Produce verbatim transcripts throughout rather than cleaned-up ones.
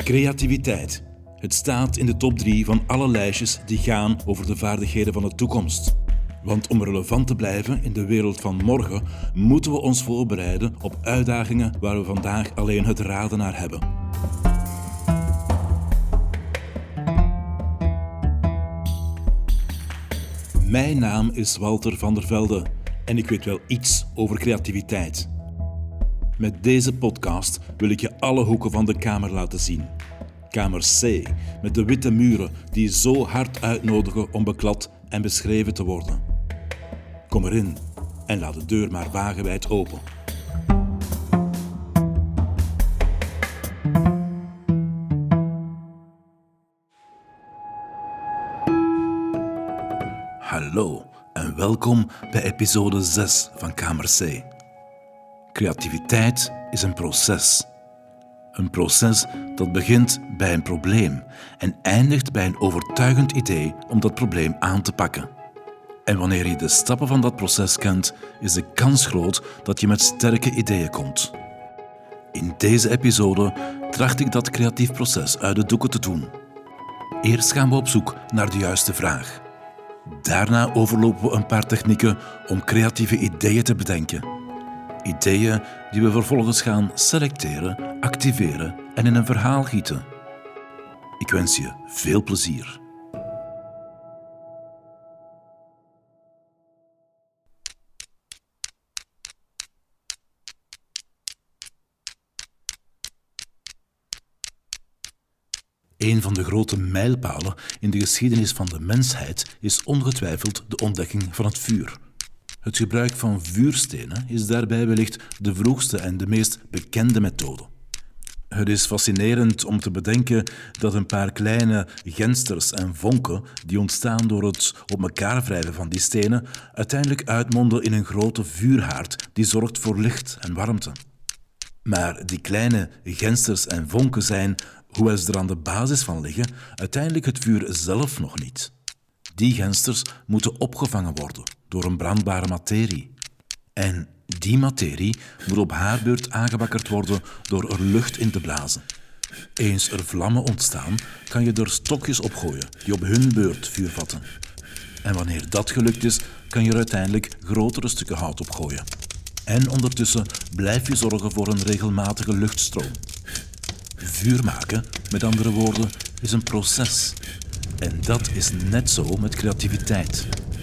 Creativiteit. Het staat in de top drie van alle lijstjes die gaan over de vaardigheden van de toekomst. Want om relevant te blijven in de wereld van morgen, moeten we ons voorbereiden op uitdagingen waar we vandaag alleen het raden naar hebben. Mijn naam is Walter van der Velde en ik weet wel iets over creativiteit. Met deze podcast wil ik je alle hoeken van de kamer laten zien. Kamer C, met de witte muren die zo hard uitnodigen om beklad en beschreven te worden. Kom erin en laat de deur maar wagenwijd open. Hallo en welkom bij episode zes van Kamer C. Creativiteit is een proces. Een proces dat begint bij een probleem en eindigt bij een overtuigend idee om dat probleem aan te pakken. En wanneer je de stappen van dat proces kent, is de kans groot dat je met sterke ideeën komt. In deze episode tracht ik dat creatief proces uit de doeken te doen. Eerst gaan we op zoek naar de juiste vraag. Daarna overlopen we een paar technieken om creatieve ideeën te bedenken. Ideeën die we vervolgens gaan selecteren, activeren en in een verhaal gieten. Ik wens je veel plezier. Een van de grote mijlpalen in de geschiedenis van de mensheid is ongetwijfeld de ontdekking van het vuur. Het gebruik van vuurstenen is daarbij wellicht de vroegste en de meest bekende methode. Het is fascinerend om te bedenken dat een paar kleine gensters en vonken die ontstaan door het op elkaar wrijven van die stenen uiteindelijk uitmonden in een grote vuurhaard die zorgt voor licht en warmte. Maar die kleine gensters en vonken zijn, hoewel ze er aan de basis van liggen, uiteindelijk het vuur zelf nog niet. Die gensters moeten opgevangen worden door een brandbare materie. En die materie moet op haar beurt aangewakkerd worden door er lucht in te blazen. Eens er vlammen ontstaan, kan je er stokjes opgooien die op hun beurt vuur vatten. En wanneer dat gelukt is, kan je er uiteindelijk grotere stukken hout opgooien. En ondertussen blijf je zorgen voor een regelmatige luchtstroom. Vuur maken, met andere woorden, is een proces. En dat is net zo met creativiteit.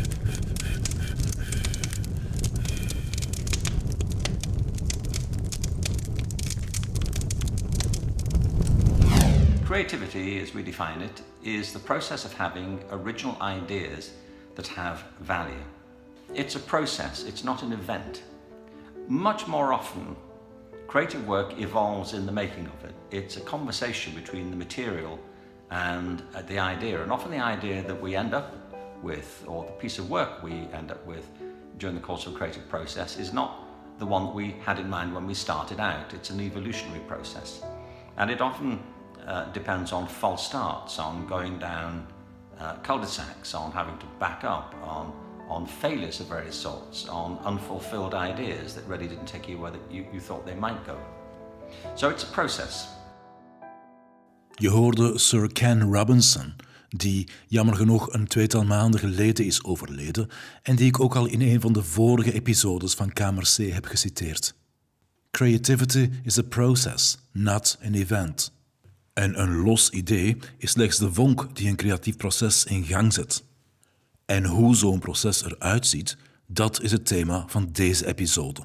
Creativity, as we define it, is the process of having original ideas that have value. It's a process, it's not an event. Much more often, creative work evolves in the making of it. It's a conversation between the material and uh, the idea, and often the idea that we end up with, or the piece of work we end up with during the course of a creative process, is not the one that we had in mind when we started out. It's an evolutionary process. And it often uh, depends on false starts, on going down uh, cul-de-sacs, on having to back up, on on failures of various sorts, on unfulfilled ideas that really didn't take you where you, you thought they might go. So it's a process. Je hoorde Sir Ken Robinson, die jammer genoeg een tweetal maanden geleden is overleden en die ik ook al in een van de vorige episodes van Kamer C heb geciteerd. Creativity is a process, not an event. En een los idee is slechts de vonk die een creatief proces in gang zet. En hoe zo'n proces eruit ziet, dat is het thema van deze episode.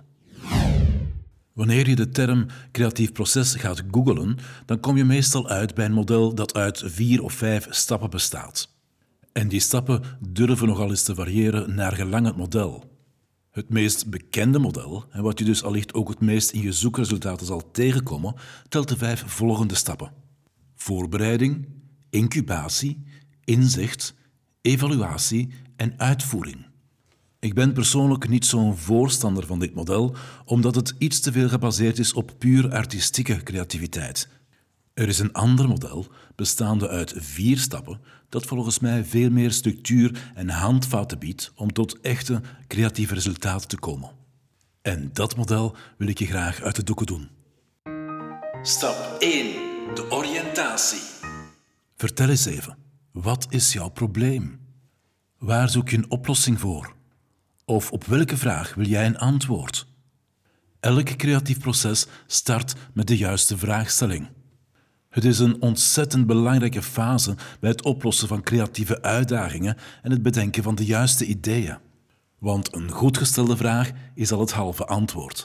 Wanneer je de term creatief proces gaat googlen, dan kom je meestal uit bij een model dat uit vier of vijf stappen bestaat. En die stappen durven nogal eens te variëren naar gelang het model. Het meest bekende model, en wat je dus allicht ook het meest in je zoekresultaten zal tegenkomen, telt de vijf volgende stappen. Voorbereiding, incubatie, inzicht, evaluatie en uitvoering. Ik ben persoonlijk niet zo'n voorstander van dit model, omdat het iets te veel gebaseerd is op puur artistieke creativiteit. Er is een ander model, bestaande uit vier stappen, dat volgens mij veel meer structuur en handvaten biedt om tot echte creatieve resultaten te komen. En dat model wil ik je graag uit de doeken doen. Stap één. de oriëntatie. Vertel eens even, wat is jouw probleem? Waar zoek je een oplossing voor? Of op welke vraag wil jij een antwoord? Elk creatief proces start met de juiste vraagstelling. Het is een ontzettend belangrijke fase bij het oplossen van creatieve uitdagingen en het bedenken van de juiste ideeën. Want een goed gestelde vraag is al het halve antwoord.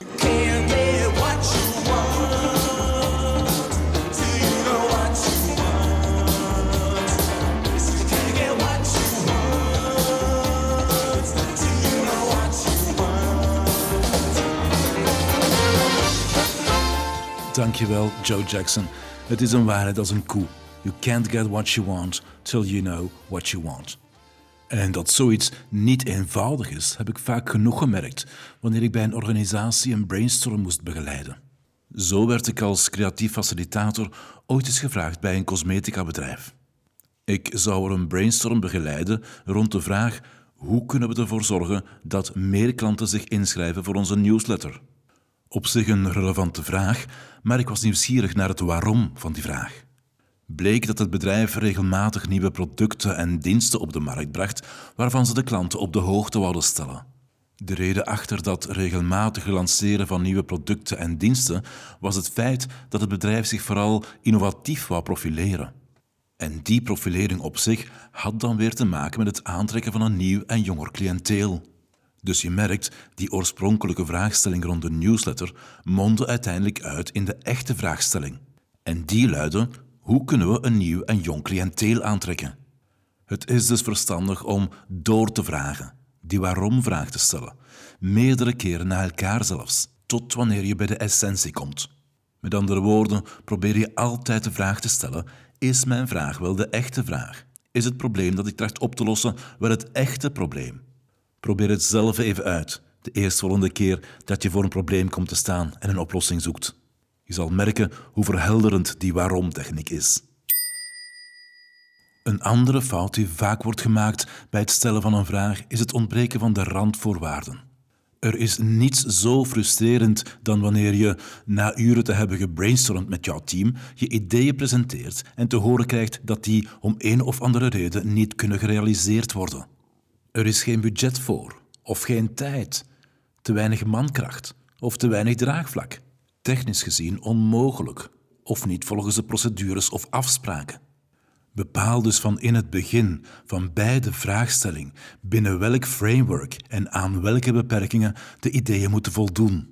Dankjewel, Joe Jackson. Het is een waarheid als een koe. You can't get what you want till you know what you want. En dat zoiets niet eenvoudig is, heb ik vaak genoeg gemerkt wanneer ik bij een organisatie een brainstorm moest begeleiden. Zo werd ik als creatief facilitator ooit eens gevraagd bij een cosmetica-bedrijf. Ik zou er een brainstorm begeleiden rond de vraag: hoe kunnen we ervoor zorgen dat meer klanten zich inschrijven voor onze newsletter? Op zich een relevante vraag, maar ik was nieuwsgierig naar het waarom van die vraag. Bleek dat het bedrijf regelmatig nieuwe producten en diensten op de markt bracht, waarvan ze de klanten op de hoogte wouden stellen. De reden achter dat regelmatig lanceren van nieuwe producten en diensten was het feit dat het bedrijf zich vooral innovatief wou profileren. En die profilering op zich had dan weer te maken met het aantrekken van een nieuw en jonger cliënteel. Dus je merkt, die oorspronkelijke vraagstelling rond de newsletter mondde uiteindelijk uit in de echte vraagstelling. En die luidde: hoe kunnen we een nieuw en jong cliënteel aantrekken? Het is dus verstandig om door te vragen, die waarom-vraag te stellen, meerdere keren na elkaar zelfs, tot wanneer je bij de essentie komt. Met andere woorden, probeer je altijd de vraag te stellen: is mijn vraag wel de echte vraag? Is het probleem dat ik tracht op te lossen wel het echte probleem? Probeer het zelf even uit, de eerstvolgende keer dat je voor een probleem komt te staan en een oplossing zoekt. Je zal merken hoe verhelderend die waarom-techniek is. Een andere fout die vaak wordt gemaakt bij het stellen van een vraag is het ontbreken van de randvoorwaarden. Er is niets zo frustrerend dan wanneer je, na uren te hebben gebrainstormd met jouw team, je ideeën presenteert en te horen krijgt dat die om een of andere reden niet kunnen gerealiseerd worden. Er is geen budget voor, of geen tijd, te weinig mankracht of te weinig draagvlak. Technisch gezien onmogelijk, of niet volgens de procedures of afspraken. Bepaal dus van in het begin van bij de vraagstelling binnen welk framework en aan welke beperkingen de ideeën moeten voldoen.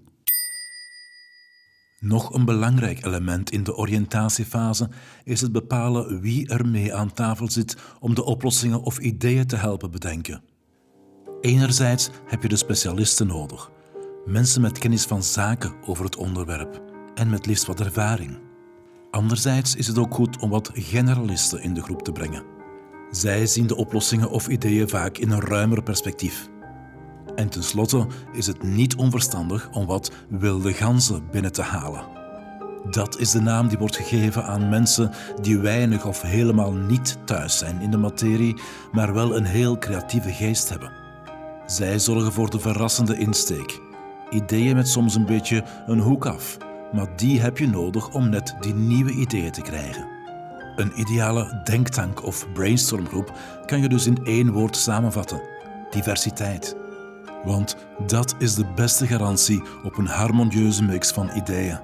Nog een belangrijk element in de oriëntatiefase is het bepalen wie er mee aan tafel zit om de oplossingen of ideeën te helpen bedenken. Enerzijds heb je de specialisten nodig, mensen met kennis van zaken over het onderwerp en met liefst wat ervaring. Anderzijds is het ook goed om wat generalisten in de groep te brengen. Zij zien de oplossingen of ideeën vaak in een ruimer perspectief. En tenslotte is het niet onverstandig om wat wilde ganzen binnen te halen. Dat is de naam die wordt gegeven aan mensen die weinig of helemaal niet thuis zijn in de materie, maar wel een heel creatieve geest hebben. Zij zorgen voor de verrassende insteek. Ideeën met soms een beetje een hoek af, maar die heb je nodig om net die nieuwe ideeën te krijgen. Een ideale denktank of brainstormgroep kan je dus in één woord samenvatten: diversiteit. Want dat is de beste garantie op een harmonieuze mix van ideeën.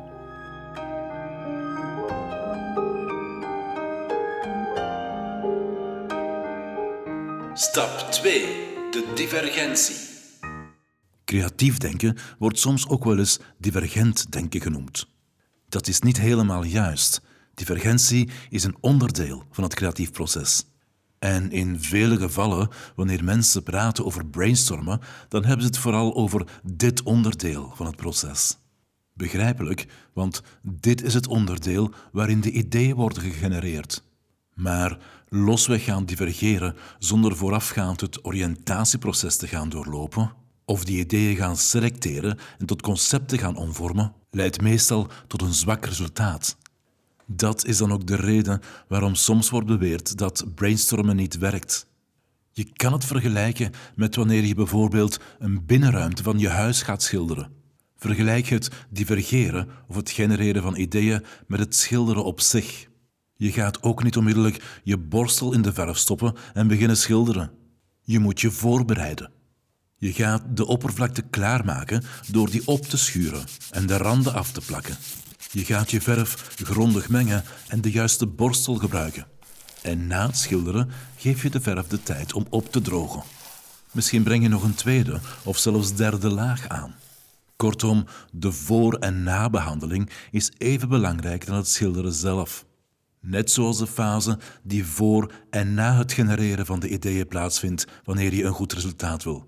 Stap twee. De divergentie. Creatief denken wordt soms ook wel eens divergent denken genoemd. Dat is niet helemaal juist. Divergentie is een onderdeel van het creatief proces. En in vele gevallen, wanneer mensen praten over brainstormen, dan hebben ze het vooral over dit onderdeel van het proces. Begrijpelijk, want dit is het onderdeel waarin de ideeën worden gegenereerd. Maar losweg gaan divergeren zonder voorafgaand het oriëntatieproces te gaan doorlopen, of die ideeën gaan selecteren en tot concepten gaan omvormen, leidt meestal tot een zwak resultaat. Dat is dan ook de reden waarom soms wordt beweerd dat brainstormen niet werkt. Je kan het vergelijken met wanneer je bijvoorbeeld een binnenruimte van je huis gaat schilderen. Vergelijk het divergeren of het genereren van ideeën met het schilderen op zich. Je gaat ook niet onmiddellijk je borstel in de verf stoppen en beginnen schilderen. Je moet je voorbereiden. Je gaat de oppervlakte klaarmaken door die op te schuren en de randen af te plakken. Je gaat je verf grondig mengen en de juiste borstel gebruiken. En na het schilderen geef je de verf de tijd om op te drogen. Misschien breng je nog een tweede of zelfs derde laag aan. Kortom, de voor- en nabehandeling is even belangrijk dan het schilderen zelf. Net zoals de fase die voor en na het genereren van de ideeën plaatsvindt wanneer je een goed resultaat wil.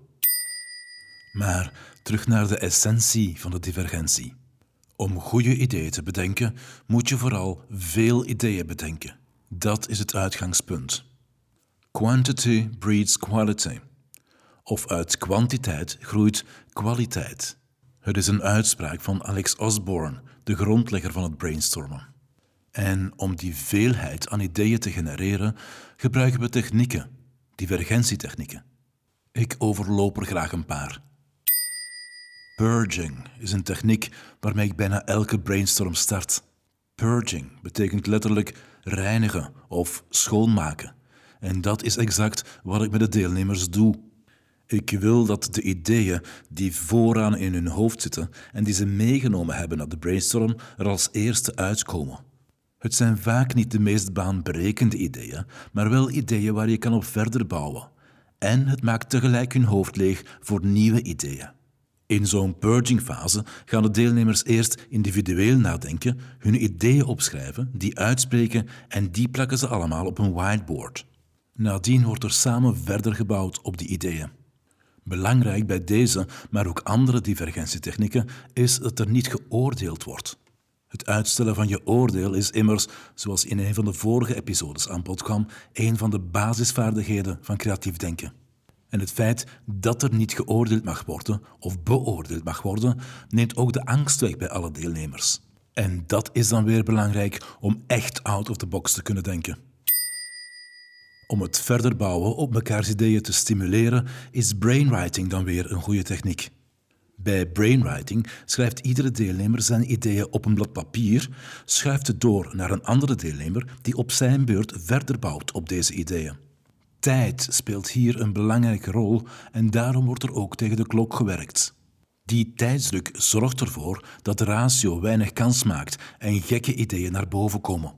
Maar terug naar de essentie van de divergentie. Om goede ideeën te bedenken, moet je vooral veel ideeën bedenken. Dat is het uitgangspunt. Quantity breeds quality. Of uit kwantiteit groeit kwaliteit. Het is een uitspraak van Alex Osborne, de grondlegger van het brainstormen. En om die veelheid aan ideeën te genereren, gebruiken we technieken, divergentietechnieken. Ik overloop er graag een paar. Purging is een techniek waarmee ik bijna elke brainstorm start. Purging betekent letterlijk reinigen of schoonmaken. En dat is exact wat ik met de deelnemers doe. Ik wil dat de ideeën die vooraan in hun hoofd zitten en die ze meegenomen hebben naar de brainstorm er als eerste uitkomen. Het zijn vaak niet de meest baanbrekende ideeën, maar wel ideeën waar je kan op verder bouwen. En het maakt tegelijk hun hoofd leeg voor nieuwe ideeën. In zo'n purging-fase gaan de deelnemers eerst individueel nadenken, hun ideeën opschrijven, die uitspreken en die plakken ze allemaal op een whiteboard. Nadien wordt er samen verder gebouwd op die ideeën. Belangrijk bij deze, maar ook andere divergentietechnieken, is dat er niet geoordeeld wordt. Het uitstellen van je oordeel is immers, zoals in een van de vorige episodes aan bod kwam, een van de basisvaardigheden van creatief denken. En het feit dat er niet geoordeeld mag worden of beoordeeld mag worden, neemt ook de angst weg bij alle deelnemers. En dat is dan weer belangrijk om echt out of the box te kunnen denken. Om het verder bouwen op mekaars ideeën te stimuleren, is brainwriting dan weer een goede techniek. Bij brainwriting schrijft iedere deelnemer zijn ideeën op een blad papier, schuift het door naar een andere deelnemer die op zijn beurt verder bouwt op deze ideeën. Tijd speelt hier een belangrijke rol en daarom wordt er ook tegen de klok gewerkt. Die tijdsdruk zorgt ervoor dat de ratio weinig kans maakt en gekke ideeën naar boven komen.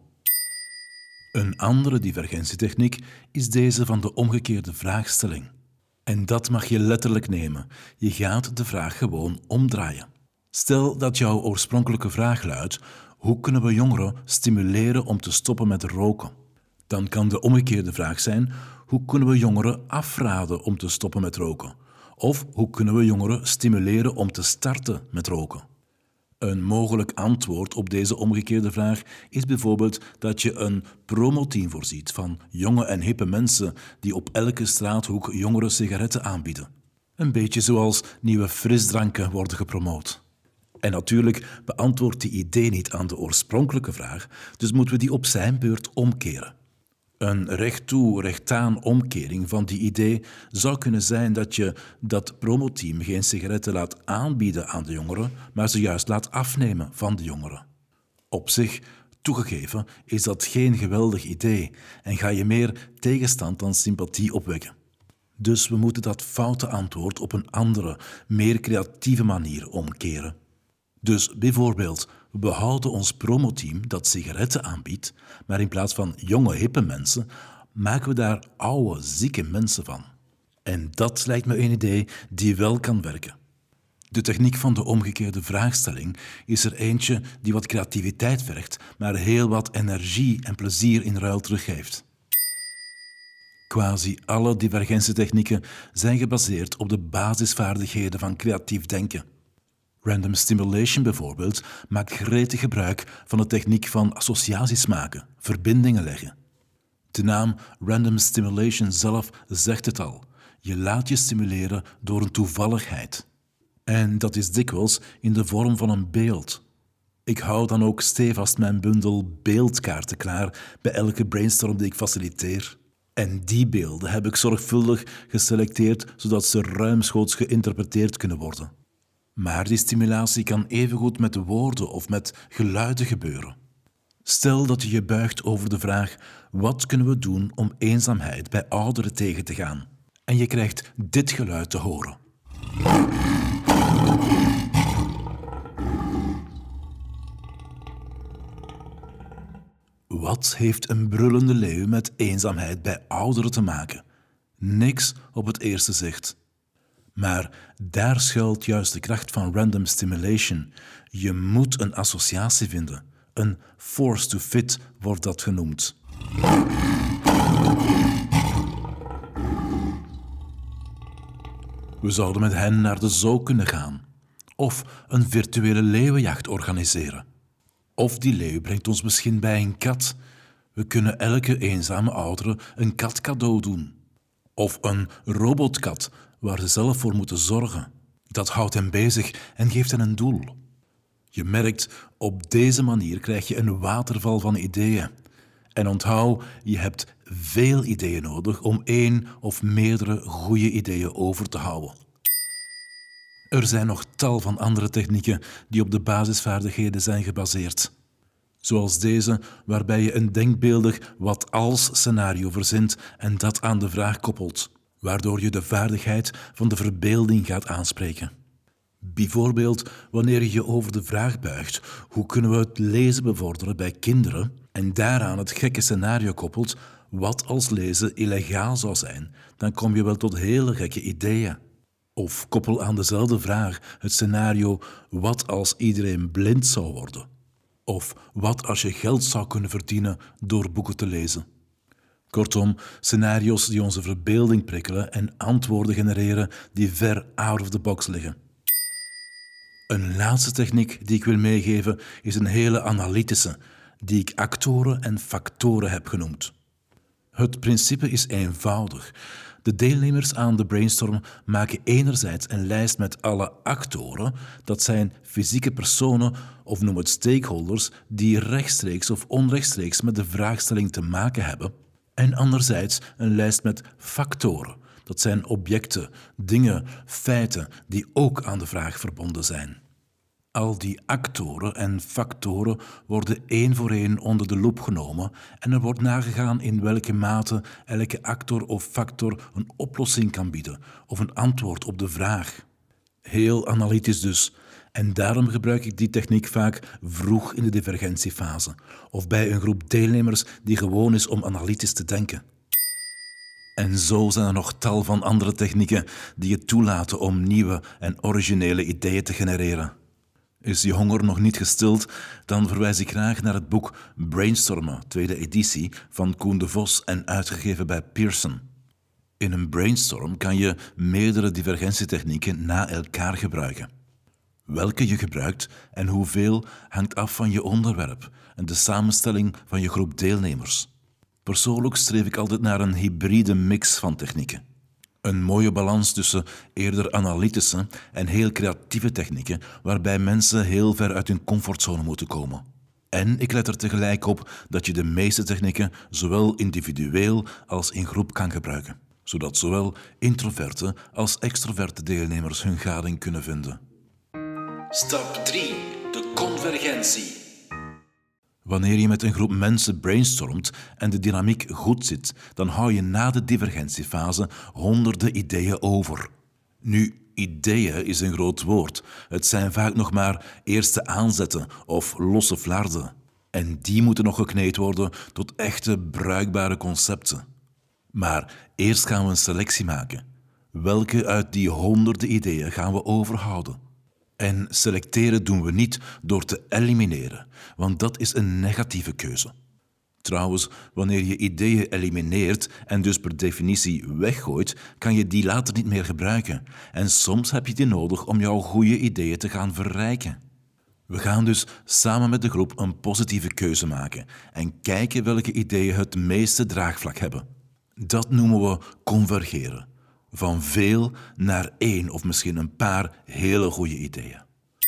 Een andere divergentietechniek is deze van de omgekeerde vraagstelling. En dat mag je letterlijk nemen. Je gaat de vraag gewoon omdraaien. Stel dat jouw oorspronkelijke vraag luidt: hoe kunnen we jongeren stimuleren om te stoppen met roken? Dan kan de omgekeerde vraag zijn: hoe kunnen we jongeren afraden om te stoppen met roken? Of hoe kunnen we jongeren stimuleren om te starten met roken? Een mogelijk antwoord op deze omgekeerde vraag is bijvoorbeeld dat je een promoteam voorziet van jonge en hippe mensen die op elke straathoek jongeren sigaretten aanbieden. Een beetje zoals nieuwe frisdranken worden gepromoot. En natuurlijk beantwoordt die idee niet aan de oorspronkelijke vraag, dus moeten we die op zijn beurt omkeren. Een recht-toe, recht-aan omkering van die idee zou kunnen zijn dat je dat promoteam geen sigaretten laat aanbieden aan de jongeren, maar ze juist laat afnemen van de jongeren. Op zich, toegegeven, is dat geen geweldig idee en ga je meer tegenstand dan sympathie opwekken. Dus we moeten dat foute antwoord op een andere, meer creatieve manier omkeren. Dus bijvoorbeeld, we behouden ons promoteam dat sigaretten aanbiedt, maar in plaats van jonge, hippe mensen, maken we daar oude, zieke mensen van. En dat lijkt me een idee die wel kan werken. De techniek van de omgekeerde vraagstelling is er eentje die wat creativiteit vergt, maar heel wat energie en plezier in ruil teruggeeft. Quasi alle divergentietechnieken zijn gebaseerd op de basisvaardigheden van creatief denken. Random stimulation bijvoorbeeld maakt gretig gebruik van de techniek van associaties maken, verbindingen leggen. De naam random stimulation zelf zegt het al. Je laat je stimuleren door een toevalligheid. En dat is dikwijls in de vorm van een beeld. Ik hou dan ook stevast mijn bundel beeldkaarten klaar bij elke brainstorm die ik faciliteer. En die beelden heb ik zorgvuldig geselecteerd zodat ze ruimschoots geïnterpreteerd kunnen worden. Maar die stimulatie kan evengoed met woorden of met geluiden gebeuren. Stel dat je je buigt over de vraag: wat kunnen we doen om eenzaamheid bij ouderen tegen te gaan? En je krijgt dit geluid te horen. Wat heeft een brullende leeuw met eenzaamheid bij ouderen te maken? Niks op het eerste zicht. Maar daar schuilt juist de kracht van random stimulation. Je moet een associatie vinden. Een force to fit wordt dat genoemd. We zouden met hen naar de zoo kunnen gaan. Of een virtuele leeuwenjacht organiseren. Of die leeuw brengt ons misschien bij een kat. We kunnen elke eenzame oudere een kat cadeau doen. Of een robotkat waar ze zelf voor moeten zorgen. Dat houdt hen bezig en geeft hen een doel. Je merkt, op deze manier krijg je een waterval van ideeën. En onthoud, je hebt veel ideeën nodig om één of meerdere goede ideeën over te houden. Er zijn nog tal van andere technieken die op de basisvaardigheden zijn gebaseerd. Zoals deze, waarbij je een denkbeeldig wat-als scenario verzint en dat aan de vraag koppelt, waardoor je de vaardigheid van de verbeelding gaat aanspreken. Bijvoorbeeld wanneer je je over de vraag buigt: hoe kunnen we het lezen bevorderen bij kinderen? En daaraan het gekke scenario koppelt: wat als lezen illegaal zou zijn? Dan kom je wel tot hele gekke ideeën. Of koppel aan dezelfde vraag het scenario: wat als iedereen blind zou worden? Of wat als je geld zou kunnen verdienen door boeken te lezen? Kortom, scenario's die onze verbeelding prikkelen en antwoorden genereren die ver out of the box liggen. Een laatste techniek die ik wil meegeven is een hele analytische, die ik actoren en factoren heb genoemd. Het principe is eenvoudig. De deelnemers aan de brainstorm maken enerzijds een lijst met alle actoren, dat zijn fysieke personen of noem het stakeholders die rechtstreeks of onrechtstreeks met de vraagstelling te maken hebben, en anderzijds een lijst met factoren, dat zijn objecten, dingen, feiten die ook aan de vraag verbonden zijn. Al die actoren en factoren worden één voor één onder de loep genomen en er wordt nagegaan in welke mate elke actor of factor een oplossing kan bieden of een antwoord op de vraag. Heel analytisch dus. En daarom gebruik ik die techniek vaak vroeg in de divergentiefase of bij een groep deelnemers die gewoon is om analytisch te denken. En zo zijn er nog tal van andere technieken die je toelaten om nieuwe en originele ideeën te genereren. Is je honger nog niet gestild, dan verwijs ik graag naar het boek Brainstormen, tweede editie, van Koen de Vos en uitgegeven bij Pearson. In een brainstorm kan je meerdere divergentietechnieken na elkaar gebruiken. Welke je gebruikt en hoeveel hangt af van je onderwerp en de samenstelling van je groep deelnemers. Persoonlijk streef ik altijd naar een hybride mix van technieken. Een mooie balans tussen eerder analytische en heel creatieve technieken, waarbij mensen heel ver uit hun comfortzone moeten komen. En ik let er tegelijk op dat je de meeste technieken zowel individueel als in groep kan gebruiken, zodat zowel introverte als extroverte deelnemers hun gading kunnen vinden. Stap drie. De convergentie. Wanneer je met een groep mensen brainstormt en de dynamiek goed zit, dan hou je na de divergentiefase honderden ideeën over. Nu, ideeën is een groot woord. Het zijn vaak nog maar eerste aanzetten of losse flarden. En die moeten nog gekneed worden tot echte bruikbare concepten. Maar eerst gaan we een selectie maken. Welke uit die honderden ideeën gaan we overhouden? En selecteren doen we niet door te elimineren, want dat is een negatieve keuze. Trouwens, wanneer je ideeën elimineert en dus per definitie weggooit, kan je die later niet meer gebruiken. En soms heb je die nodig om jouw goede ideeën te gaan verrijken. We gaan dus samen met de groep een positieve keuze maken en kijken welke ideeën het meeste draagvlak hebben. Dat noemen we convergeren. Van veel naar één of misschien een paar hele goede ideeën.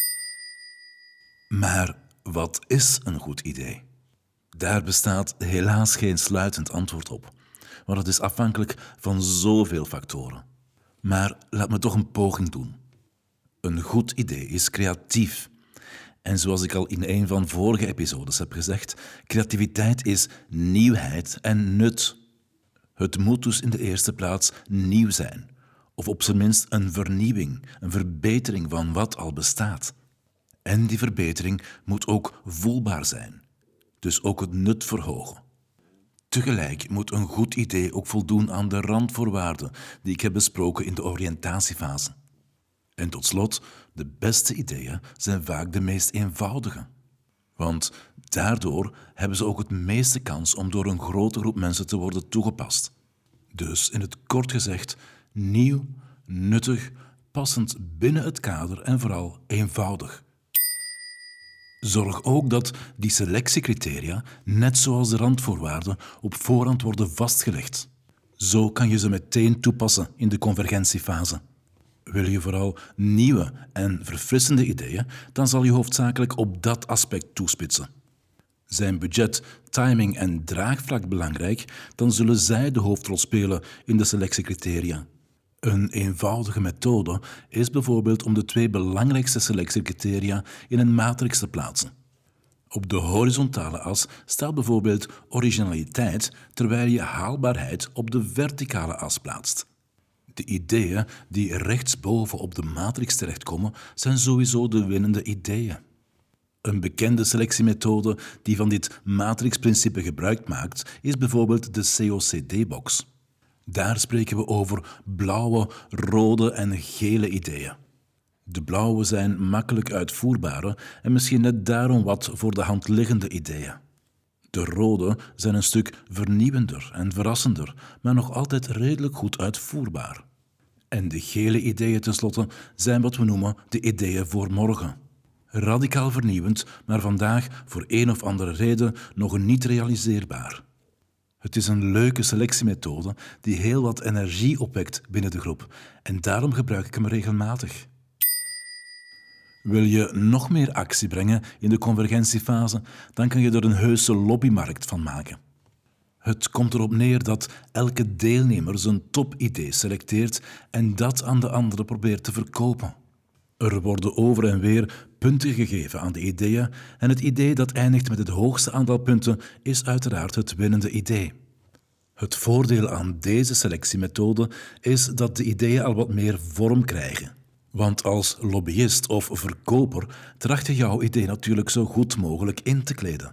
Maar wat is een goed idee? Daar bestaat helaas geen sluitend antwoord op, want het is afhankelijk van zoveel factoren. Maar laat me toch een poging doen. Een goed idee is creatief. En zoals ik al in een van vorige episodes heb gezegd, creativiteit is nieuwheid en nut. Het moet dus in de eerste plaats nieuw zijn. Of op zijn minst een vernieuwing, een verbetering van wat al bestaat. En die verbetering moet ook voelbaar zijn. Dus ook het nut verhogen. Tegelijk moet een goed idee ook voldoen aan de randvoorwaarden die ik heb besproken in de oriëntatiefase. En tot slot, de beste ideeën zijn vaak de meest eenvoudige. Want daardoor hebben ze ook het meeste kans om door een grote groep mensen te worden toegepast. Dus in het kort gezegd, nieuw, nuttig, passend binnen het kader en vooral eenvoudig. Zorg ook dat die selectiecriteria, net zoals de randvoorwaarden, op voorhand worden vastgelegd. Zo kan je ze meteen toepassen in de convergentiefase. Wil je vooral nieuwe en verfrissende ideeën, dan zal je hoofdzakelijk op dat aspect toespitsen. Zijn budget, timing en draagvlak belangrijk, dan zullen zij de hoofdrol spelen in de selectiecriteria. Een eenvoudige methode is bijvoorbeeld om de twee belangrijkste selectiecriteria in een matrix te plaatsen. Op de horizontale as staat bijvoorbeeld originaliteit, terwijl je haalbaarheid op de verticale as plaatst. De ideeën die rechtsboven op de matrix terechtkomen, zijn sowieso de winnende ideeën. Een bekende selectiemethode die van dit matrixprincipe gebruik maakt, is bijvoorbeeld de C O C D-box. Daar spreken we over blauwe, rode en gele ideeën. De blauwe zijn makkelijk uitvoerbare en misschien net daarom wat voor de hand liggende ideeën. De rode zijn een stuk vernieuwender en verrassender, maar nog altijd redelijk goed uitvoerbaar. En de gele ideeën tenslotte zijn wat we noemen de ideeën voor morgen. Radicaal vernieuwend, maar vandaag voor een of andere reden nog niet realiseerbaar. Het is een leuke selectiemethode die heel wat energie opwekt binnen de groep en daarom gebruik ik hem regelmatig. Wil je nog meer actie brengen in de convergentiefase, dan kan je er een heuse lobbymarkt van maken. Het komt erop neer dat elke deelnemer zijn topidee selecteert en dat aan de andere probeert te verkopen. Er worden over en weer punten gegeven aan de ideeën en het idee dat eindigt met het hoogste aantal punten is uiteraard het winnende idee. Het voordeel aan deze selectiemethode is dat de ideeën al wat meer vorm krijgen. Want als lobbyist of verkoper tracht je jouw idee natuurlijk zo goed mogelijk in te kleden.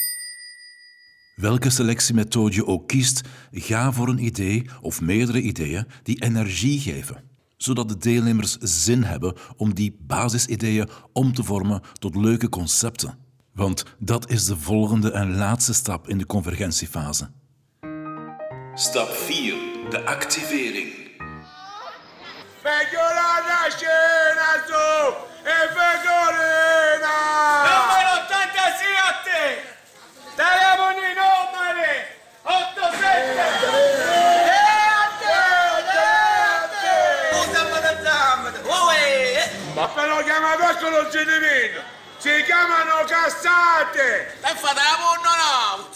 Welke selectiemethode je ook kiest, ga voor een idee of meerdere ideeën die energie geven, zodat de deelnemers zin hebben om die basisideeën om te vormen tot leuke concepten. Want dat is de volgende en laatste stap in de convergentiefase. Stap vier. De activering. Peggiorata scena su e Pegorina! Numero ottantasette! Telefonino numeri! otto sette! Ma però chiamato con lo gedivino! Si chiamano cassate! E fate no!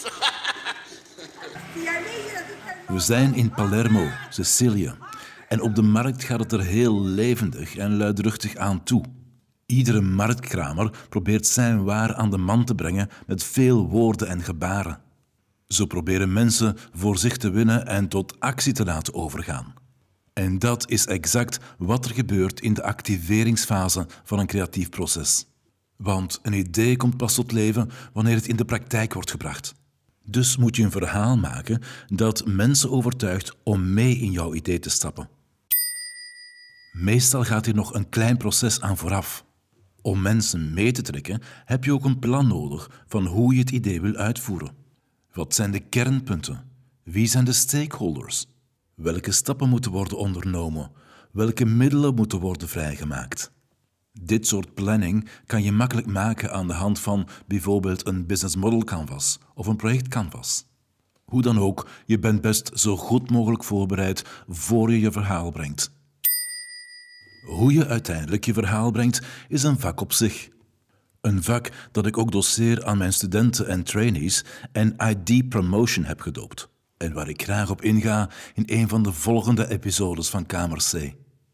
We zijn in Palermo, Sicilië. En op de markt gaat het er heel levendig en luidruchtig aan toe. Iedere marktkramer probeert zijn waar aan de man te brengen met veel woorden en gebaren. Zo proberen mensen voor zich te winnen en tot actie te laten overgaan. En dat is exact wat er gebeurt in de activeringsfase van een creatief proces. Want een idee komt pas tot leven wanneer het in de praktijk wordt gebracht. Dus moet je een verhaal maken dat mensen overtuigt om mee in jouw idee te stappen. Meestal gaat hier nog een klein proces aan vooraf. Om mensen mee te trekken heb je ook een plan nodig van hoe je het idee wil uitvoeren. Wat zijn de kernpunten? Wie zijn de stakeholders? Welke stappen moeten worden ondernomen? Welke middelen moeten worden vrijgemaakt? Dit soort planning kan je makkelijk maken aan de hand van bijvoorbeeld een business model canvas of een project canvas. Hoe dan ook, je bent best zo goed mogelijk voorbereid voor je je verhaal brengt. Hoe je uiteindelijk je verhaal brengt, is een vak op zich. Een vak dat ik ook doseer aan mijn studenten en trainees en I D Promotion heb gedoopt. En waar ik graag op inga in een van de volgende episodes van Kamer C.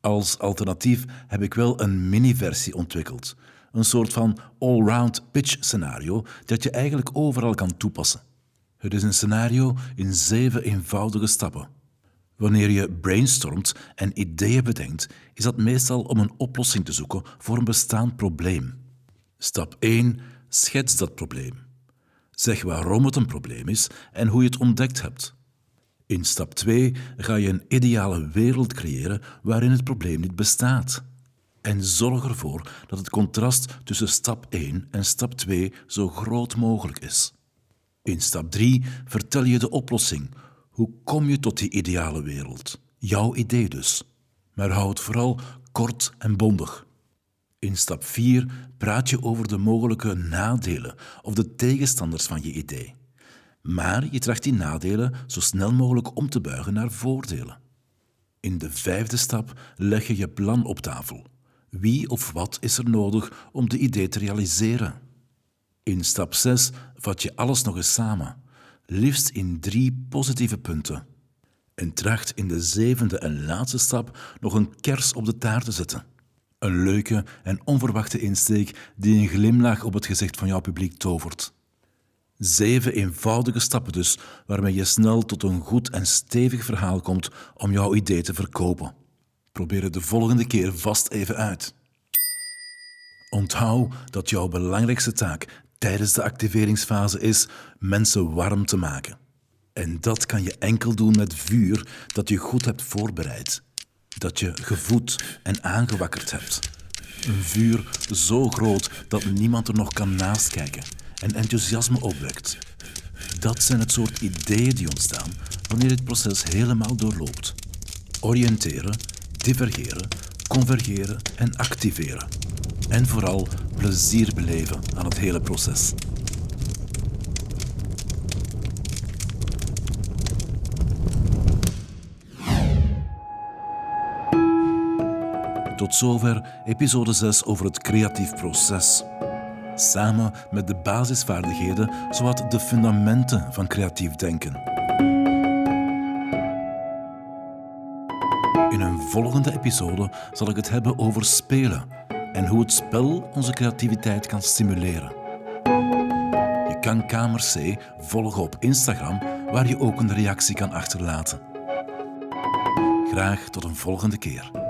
Als alternatief heb ik wel een mini-versie ontwikkeld. Een soort van all-round pitch scenario dat je eigenlijk overal kan toepassen. Het is een scenario in zeven eenvoudige stappen. Wanneer je brainstormt en ideeën bedenkt, is dat meestal om een oplossing te zoeken voor een bestaand probleem. Stap één. Schets dat probleem. Zeg waarom het een probleem is en hoe je het ontdekt hebt. In stap twee ga je een ideale wereld creëren waarin het probleem niet bestaat. En zorg ervoor dat het contrast tussen stap één en stap twee zo groot mogelijk is. In stap drie vertel je de oplossing. Hoe kom je tot die ideale wereld? Jouw idee dus. Maar hou het vooral kort en bondig. In stap vier praat je over de mogelijke nadelen of de tegenstanders van je idee. Maar je tracht die nadelen zo snel mogelijk om te buigen naar voordelen. In de vijfde stap leg je je plan op tafel. Wie of wat is er nodig om de idee te realiseren? In stap zes vat je alles nog eens samen, liefst in drie positieve punten. En tracht in de zevende en laatste stap nog een kers op de taart te zetten. Een leuke en onverwachte insteek die een glimlach op het gezicht van jouw publiek tovert. Zeven eenvoudige stappen dus, waarmee je snel tot een goed en stevig verhaal komt om jouw idee te verkopen. Probeer het de volgende keer vast even uit. Onthoud dat jouw belangrijkste taak tijdens de activeringsfase is mensen warm te maken. En dat kan je enkel doen met vuur dat je goed hebt voorbereid. Dat je gevoed en aangewakkerd hebt. Een vuur zo groot dat niemand er nog kan naast kijken en enthousiasme opwekt. Dat zijn het soort ideeën die ontstaan wanneer dit proces helemaal doorloopt. Oriënteren, divergeren, convergeren en activeren. En vooral plezier beleven aan het hele proces. Tot zover episode zes over het creatief proces. Samen met de basisvaardigheden, zowat de fundamenten van creatief denken. In een volgende episode zal ik het hebben over spelen en hoe het spel onze creativiteit kan stimuleren. Je kan Kamer C volgen op Instagram, waar je ook een reactie kan achterlaten. Graag tot een volgende keer.